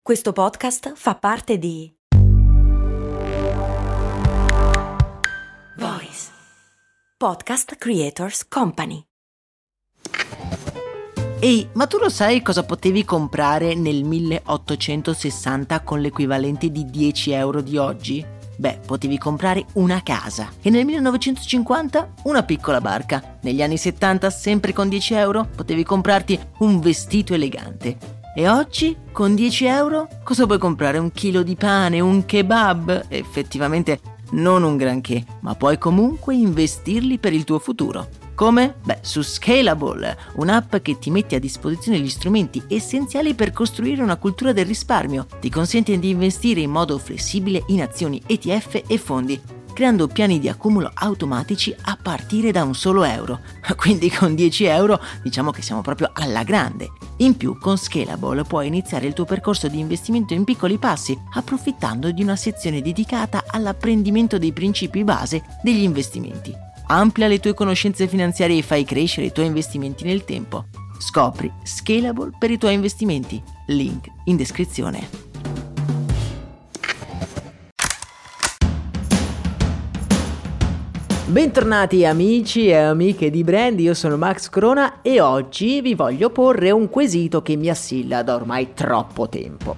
Questo podcast fa parte di Voice Podcast Creators Company. Ehi, ma tu lo sai cosa potevi comprare nel 1860 con l'equivalente di 10 euro di oggi? Beh, potevi comprare una casa e nel 1950 una piccola barca. Negli anni 70, sempre con 10 euro, potevi comprarti un vestito elegante. E oggi, con 10 euro, cosa puoi comprare? Un chilo di pane, un kebab? Effettivamente non un granché, ma puoi comunque investirli per il tuo futuro. Come? Beh, su Scalable, un'app che ti mette a disposizione gli strumenti essenziali per costruire una cultura del risparmio. Ti consente di investire in modo flessibile in azioni, ETF e fondi, creando piani di accumulo automatici a partire da un solo euro. Quindi con 10 euro diciamo che siamo proprio alla grande. In più, con Scalable puoi iniziare il tuo percorso di investimento in piccoli passi, approfittando di una sezione dedicata all'apprendimento dei principi base degli investimenti. Amplia le tue conoscenze finanziarie e fai crescere i tuoi investimenti nel tempo. Scopri Scalable per i tuoi investimenti. Link in descrizione. Bentornati amici e amiche di Brand, io sono Max Corona e oggi vi voglio porre un quesito che mi assilla da ormai troppo tempo.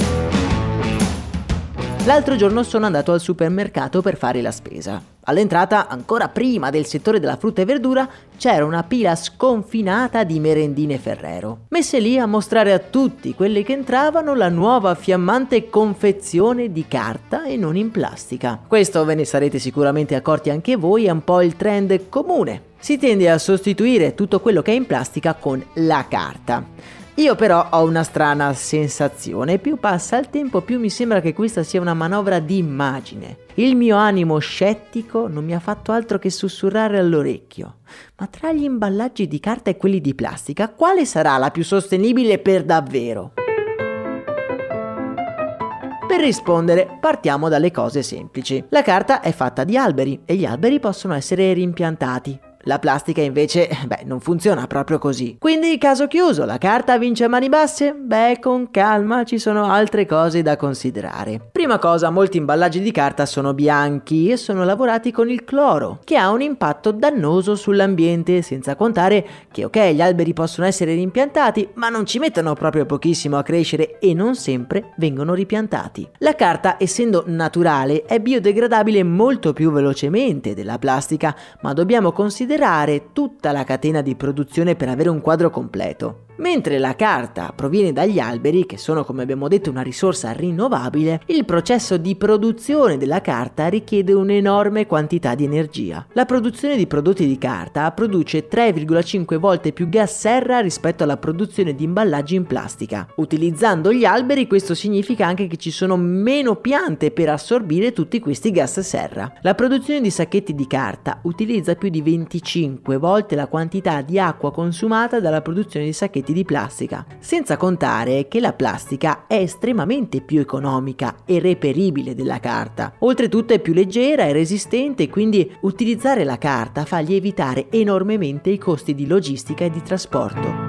L'altro giorno sono andato al supermercato per fare la spesa. All'entrata, ancora prima del settore della frutta e verdura, c'era una pila sconfinata di merendine Ferrero, messe lì a mostrare a tutti quelli che entravano la nuova fiammante confezione di carta e non in plastica. Questo, ve ne sarete sicuramente accorti anche voi, è un po' il trend comune. Si tende a sostituire tutto quello che è in plastica con la carta. Io però ho una strana sensazione, più passa il tempo più mi sembra che questa sia una manovra di immagine. Il mio animo scettico non mi ha fatto altro che sussurrare all'orecchio. Ma tra gli imballaggi di carta e quelli di plastica, quale sarà la più sostenibile per davvero? Per rispondere, partiamo dalle cose semplici. La carta è fatta di alberi e gli alberi possono essere rimpiantati. La plastica invece, non funziona proprio così. Quindi caso chiuso, la carta vince a mani basse? Con calma, ci sono altre cose da considerare. Prima cosa, molti imballaggi di carta sono bianchi e sono lavorati con il cloro, che ha un impatto dannoso sull'ambiente, senza contare che gli alberi possono essere rimpiantati, ma non ci mettono proprio pochissimo a crescere e non sempre vengono ripiantati. La carta, essendo naturale, è biodegradabile molto più velocemente della plastica, ma dobbiamo considerare tutta la catena di produzione per avere un quadro completo. Mentre la carta proviene dagli alberi, che sono, come abbiamo detto, una risorsa rinnovabile, il processo di produzione della carta richiede un'enorme quantità di energia. La produzione di prodotti di carta produce 3,5 volte più gas serra rispetto alla produzione di imballaggi in plastica. Utilizzando gli alberi, questo significa anche che ci sono meno piante per assorbire tutti questi gas serra. La produzione di sacchetti di carta utilizza più di 25 volte la quantità di acqua consumata dalla produzione di sacchetti di plastica, senza contare che la plastica è estremamente più economica e reperibile della carta. Oltretutto è più leggera e resistente, quindi utilizzare la carta fa lievitare enormemente i costi di logistica e di trasporto.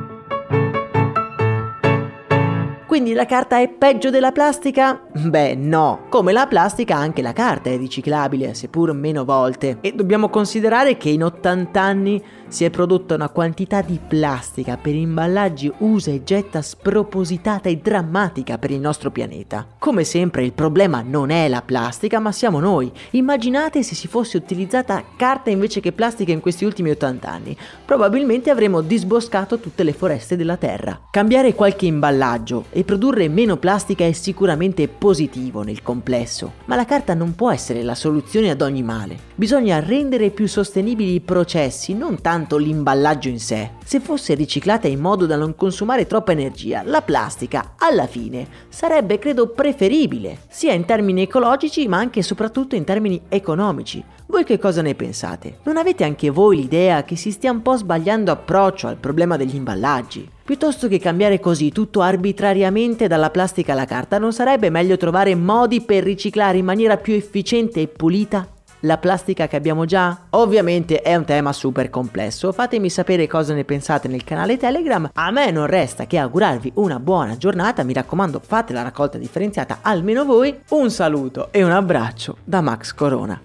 Quindi la carta è peggio della plastica? No, come la plastica anche la carta è riciclabile, seppur meno volte. E dobbiamo considerare che in 80 anni si è prodotta una quantità di plastica per imballaggi usa e getta spropositata e drammatica per il nostro pianeta. Come sempre il problema non è la plastica, ma siamo noi. Immaginate se si fosse utilizzata carta invece che plastica in questi ultimi 80 anni. Probabilmente avremmo disboscato tutte le foreste della Terra. Cambiare qualche imballaggio e produrre meno plastica è sicuramente positivo nel complesso, ma la carta non può essere la soluzione ad ogni male. Bisogna rendere più sostenibili i processi, non tanto l'imballaggio in sé. Se fosse riciclata in modo da non consumare troppa energia, la plastica alla fine sarebbe, credo, preferibile, sia in termini ecologici ma anche e soprattutto in termini economici. Voi che cosa ne pensate? Non avete anche voi l'idea che si stia un po' sbagliando approccio al problema degli imballaggi? Piuttosto che cambiare così tutto arbitrariamente dalla plastica alla carta, non sarebbe meglio trovare modi per riciclare in maniera più efficiente e pulita La plastica che abbiamo già? Ovviamente è un tema super complesso, fatemi sapere cosa ne pensate nel canale Telegram. A me non resta che augurarvi una buona giornata, mi raccomando fate la raccolta differenziata almeno voi. Un saluto e un abbraccio da Max Corona.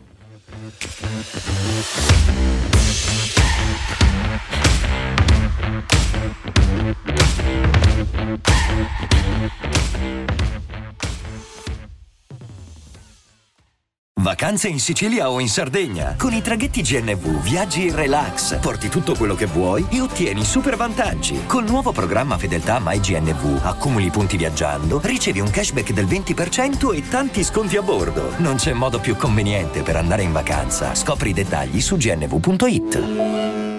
Vacanze in Sicilia o in Sardegna. Con i traghetti GNV viaggi in relax, porti tutto quello che vuoi e ottieni super vantaggi. Col nuovo programma Fedeltà MyGNV accumuli punti viaggiando, ricevi un cashback del 20% e tanti sconti a bordo. Non c'è modo più conveniente per andare in vacanza. Scopri i dettagli su gnv.it.